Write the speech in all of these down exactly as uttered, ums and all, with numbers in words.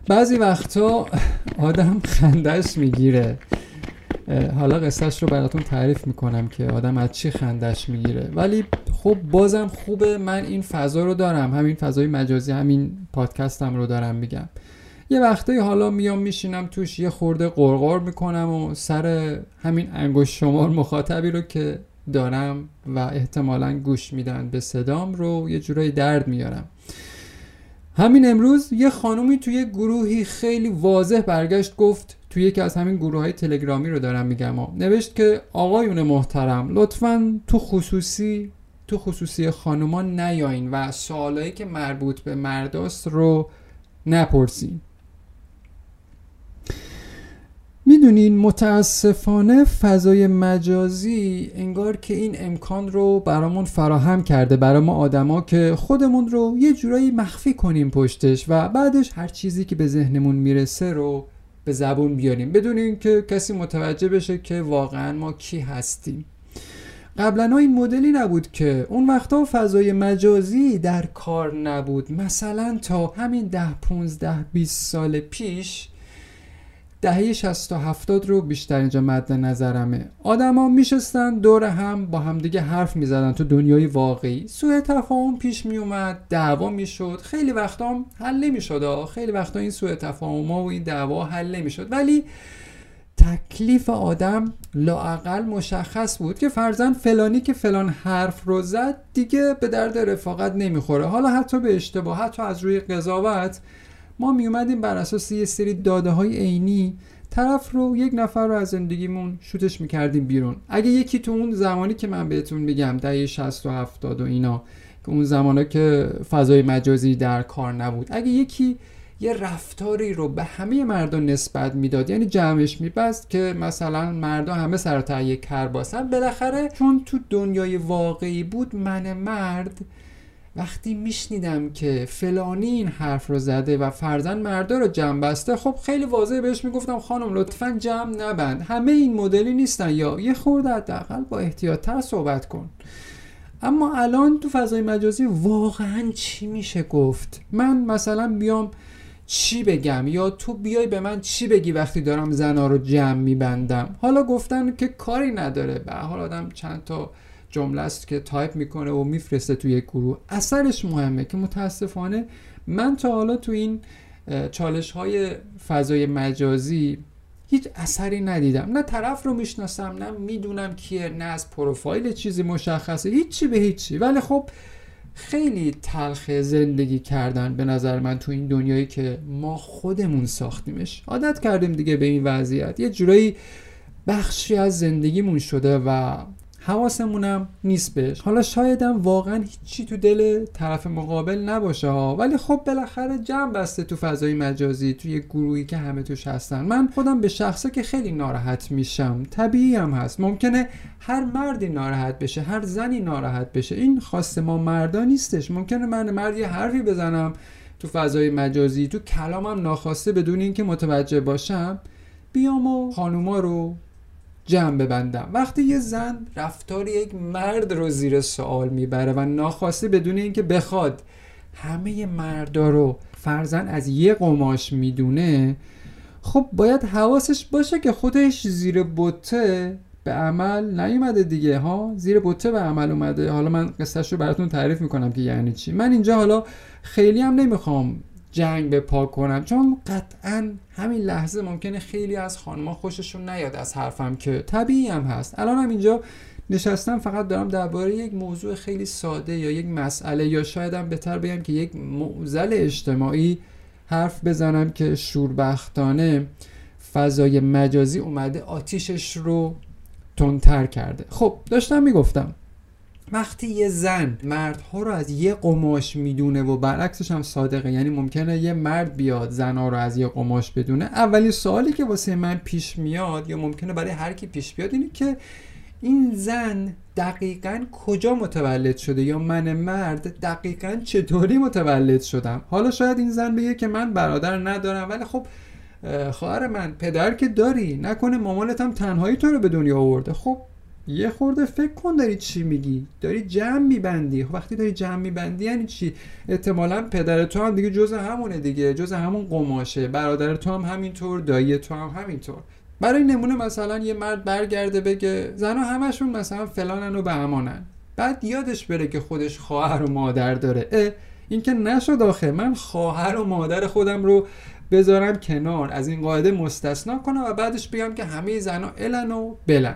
بعضی وقتا آدم خندش میگیره. حالا قصهش رو براتون تعریف میکنم که آدم از چی خندش میگیره، ولی خب بازم خوبه من این فضا رو دارم، همین فضای مجازی، همین پادکستم رو دارم میگم. یه وقتایی حالا میام میشینم توش یه خورده قرقر میکنم و سر همین انگشت شمار مخاطبی رو که دارم و احتمالاً گوش میدن به صدام رو یه جورایی درد میارم. همین امروز یه خانومی توی گروهی خیلی واضح برگشت گفت، توی یکی از همین گروه های تلگرامی رو دارم میگم، نوشت که آقایون محترم لطفاً تو خصوصی تو خصوصی خانوما نیاین و سوالایی که مربوط به مرداست رو نپرسین. میدونین متاسفانه فضای مجازی انگار که این امکان رو برامون فراهم کرده، برای ما آدما که خودمون رو یه جورایی مخفی کنیم پشتش و بعدش هر چیزی که به ذهنمون میرسه رو به زبون بیاریم بدون اینکه کسی متوجه بشه که واقعا ما کی هستیم. قبلا این مدلی نبود که اون وقتا فضای مجازی در کار نبود. مثلا تا همین ده پونزده بیست سال پیش، دهه شصت و هفتاد رو بیشتر اینجا مد نظرمه، آدم ها میشستن دور هم با همدیگه حرف میزدن تو دنیای واقعی. سوء تفاهم پیش میومد، دعوا میشد، خیلی وقتا هم حل نمیشد، خیلی وقتا این سوء تفاهم ها و این دعوا حل نمیشد، ولی تکلیف آدم لااقل مشخص بود که فرضاً فلانی که فلان حرف رو زد دیگه به درد رفاقت نمیخوره. حالا حتی به اشتباه، حتی از روی قضاوت ما می اومدیم بر اساس یه سری داده های عینی طرف رو، یک نفر رو از زندگیمون شوتش میکردیم بیرون. اگه یکی تو اون زمانی که من بهتون میگم دهه شصت و هفتاد و اینا، که اون زمانا که فضای مجازی در کار نبود، اگه یکی یه رفتاری رو به همه مردم نسبت میداد، یعنی جمعش میبست که مثلا مردم همه سر تا یک کرباسن، بالاخره چون تو دنیای واقعی بود، من مرد وقتی میشنیدم که فلانی این حرف رو زده و فرضاً مردا رو جمع بسته، خب خیلی واضح بهش میگفتم خانم لطفاً جمع نبند، همه این مدلی نیستن، یا یه خورده حداقل با احتیاط‌تر صحبت کن. اما الان تو فضای مجازی واقعاً چی میشه گفت؟ من مثلا بیام چی بگم یا تو بیای به من چی بگی وقتی دارم زنا رو جمع میبندم؟ حالا گفتن که کاری نداره، به هر حال آدم چند تا جمله است که تایپ میکنه و میفرسته توی یک گروه، اثرش مهمه، که متاسفانه من تا حالا تو این چالش های فضای مجازی هیچ اثری ندیدم. نه طرف رو میشناسم، نه میدونم کیه، نه از پروفایل چیزی مشخصه، هیچی به هیچی. ولی خب خیلی تلخ زندگی کردن به نظر من تو این دنیایی که ما خودمون ساختیمش. عادت کردیم دیگه به این وضعیت، یه جورایی بخشی از زندگیمون شده و حواسمونم نیست بهش. حالا شایدم واقعا هیچی تو دل طرف مقابل نباشه ها، ولی خب بالاخره جمع بسته تو فضای مجازی، تو یه گروهی که همه توش هستن. من خودم به شخصه که خیلی ناراحت میشم، طبیعی هم هست، ممکنه هر مردی ناراحت بشه، هر زنی ناراحت بشه، این خاص ما مردا نیستش. ممکنه من مرد یه حرفی بزنم تو فضای مجازی، تو کلامم ناخواسته بدون اینکه متوجه باشم بیام و خانوما رو جمع ببندم. وقتی یه زن رفتار یک مرد رو زیر سوال میبره و ناخواسته بدون اینکه بخواد همه مردا رو فرضاً از یه قماش میدونه، خب باید حواسش باشه که خودش زیر بوته به عمل نیومده دیگه ها، زیر بوته به عمل اومده. حالا من قصه‌شو براتون تعریف میکنم که یعنی چی. من اینجا حالا خیلی هم نمیخوام جنگ به پا کنم، چون قطعاً همین لحظه ممکنه خیلی از خانم‌ها خوششون نیاد از حرفم، که طبیعی هم هست. الان هم اینجا نشستم فقط دارم درباره یک موضوع خیلی ساده یا یک مسئله، یا شاید هم بهتر بگم که یک معضل اجتماعی حرف بزنم که شوربختانه فضای مجازی اومده آتیشش رو تندتر کرده. خب داشتم میگفتم وقتی یه زن مردها رو از یه قماش میدونه و برعکسش هم صادقه، یعنی ممکنه یه مرد بیاد زنها رو از یه قماش بدونه، اولین سوالی که واسه من پیش میاد، یا ممکنه برای هر کی پیش بیاد، اینه که این زن دقیقاً کجا متولد شده، یا من مرد دقیقاً چطوری متولد شدم. حالا شاید این زن بگه که من برادر ندارم، ولی خب خواهر من پدر که داری، نکنه مامانت هم تنهایی تو رو به دنیا آورده. خب یه خورده فکر کن داری چی میگی، داری جمع میبندی. وقتی داری جمع میبندی یعنی چی؟ احتمالاً پدر تو هم دیگه جز همونه دیگه، جز همون قماشه، برادر تو هم همینطور، دایی تو هم همینطور. برای نمونه مثلا یه مرد برگرده بگه زنا همشون مثلا فلانن و بهمانن، بعد یادش بره که خودش خواهر و مادر داره. اه این که نشد آخه، من خواهر و مادر خودم رو بذارم کنار، از این قاعده مستثنا کنم و بعدش بگم که همه زنا الن و بلن.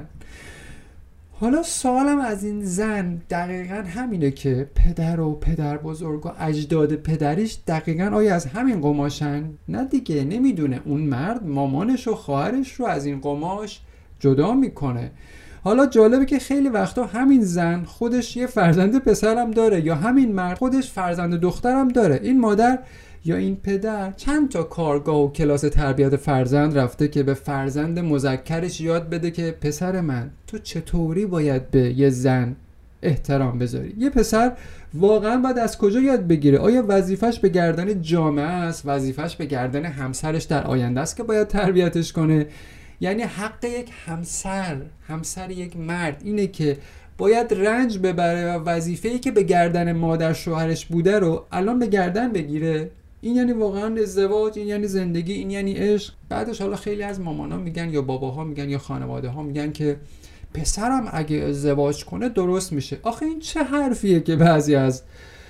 حالا سوالم از این زن دقیقا همینه که پدر و پدر بزرگ و اجداد پدریش دقیقا آیا از همین قماشن؟ نه دیگه، نمیدونه. اون مرد مامانش و خواهرش رو از این قماش جدا میکنه. حالا جالبه که خیلی وقتا همین زن خودش یه فرزند پسرم داره، یا همین مرد خودش فرزند دخترم داره. این مادر یا این پدر چند تا کارگاه و کلاس تربیت فرزند رفته که به فرزند مذکرش یاد بده که پسر من تو چطوری باید به یه زن احترام بذاری. یه پسر واقعا باید از کجا یاد بگیره؟ آیا وظیفش به گردن جامعه است؟ وظیفش به گردن همسرش در آینده است که باید تربیتش کنه؟ یعنی حق یک همسر، همسر یک مرد اینه که باید رنج ببره و وظیفه‌ای که به گردن مادر شوهرش بوده رو الان به گردن بگیره؟ این یعنی واقعا ازدواج، این یعنی زندگی، این یعنی عشق. بعدش حالا خیلی از مامانا میگن یا باباها میگن یا خانواده ها میگن که پسرم اگه ازدواج کنه درست میشه. آخه این چه حرفیه که بعضی از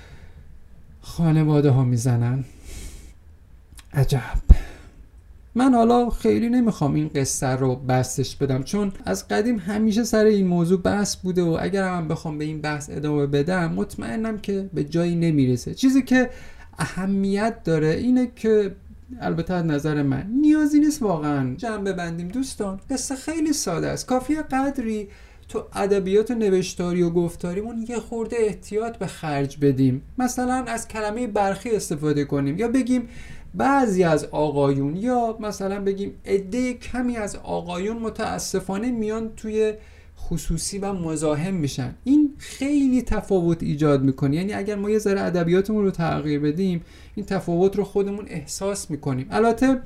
خانواده ها میزنن؟ عجب. من حالا خیلی نمیخوام این قصه رو بستش بدم، چون از قدیم همیشه سر این موضوع بحث بوده و اگر من بخوام به این بحث ادامه بدم مطمئنم که به جایی نمیرسه. چیزی که اهمیت داره اینه که البته از نظر من نیازی نیست واقعا جمع ببندیم دوستان. قصه خیلی ساده است، کافیه قدری تو ادبیات نوشتاری و گفتاریمون یه خورده احتیاط به خرج بدیم. مثلا از کلمه برخی استفاده کنیم، یا بگیم بعضی از آقایون، یا مثلا بگیم عده کمی از آقایون متاسفانه میان توی خصوصی و مزاحم میشن. این خیلی تفاوت ایجاد میکنه. یعنی اگر ما یه ذره ادبیاتمون رو تغییر بدیم این تفاوت رو خودمون احساس میکنیم. البته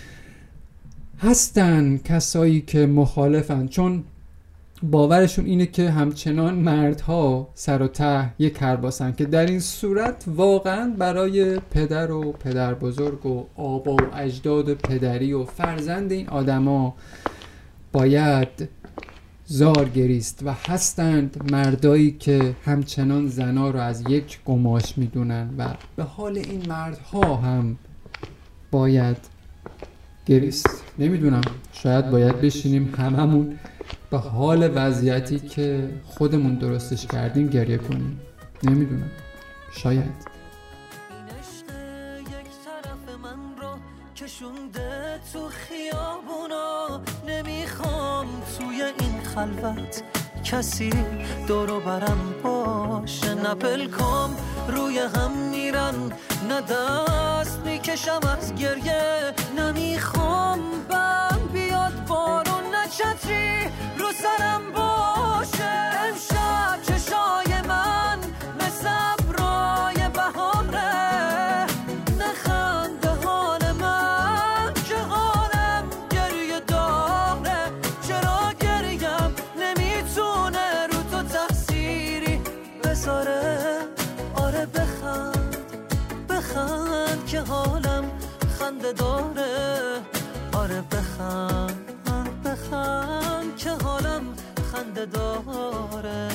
هستن کسایی که مخالفن، چون باورشون اینه که همچنان مردها سر و ته یک کرباسن، که در این صورت واقعا برای پدر و پدر بزرگ و آبا و اجداد پدری و فرزند این آدما باید زار گریست. و هستند مردایی که همچنان زنا رو از یک قماش میدونن و به حال این مردها هم باید گریست. نمیدونم، شاید باید بشینیم هممون به حال وضعیتی که خودمون درستش کردیم گریه کنیم. نمیدونم، شاید. این عشق یک طرف من رو کشونده تو خیابونا، نمیخوام توی این خلوت کسی دورو برم باشه، نه پلکام روی هم میرن، نه دست میکشم از گریه، نمیخوام بم بیاد بارون، نه چتری رو سرم باشه. امشب چشای من مثل ابرای بهاره، نخنده حال من که حالم گریه داره، چرا گریم نمیتونه رو تو تأثیری بذاره. آره بخند بخند که حالم خنده داره، آره بخند بخند که حالم خنده داره،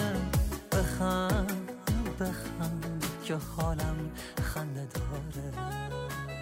بخند بخند که حالم خنده داره.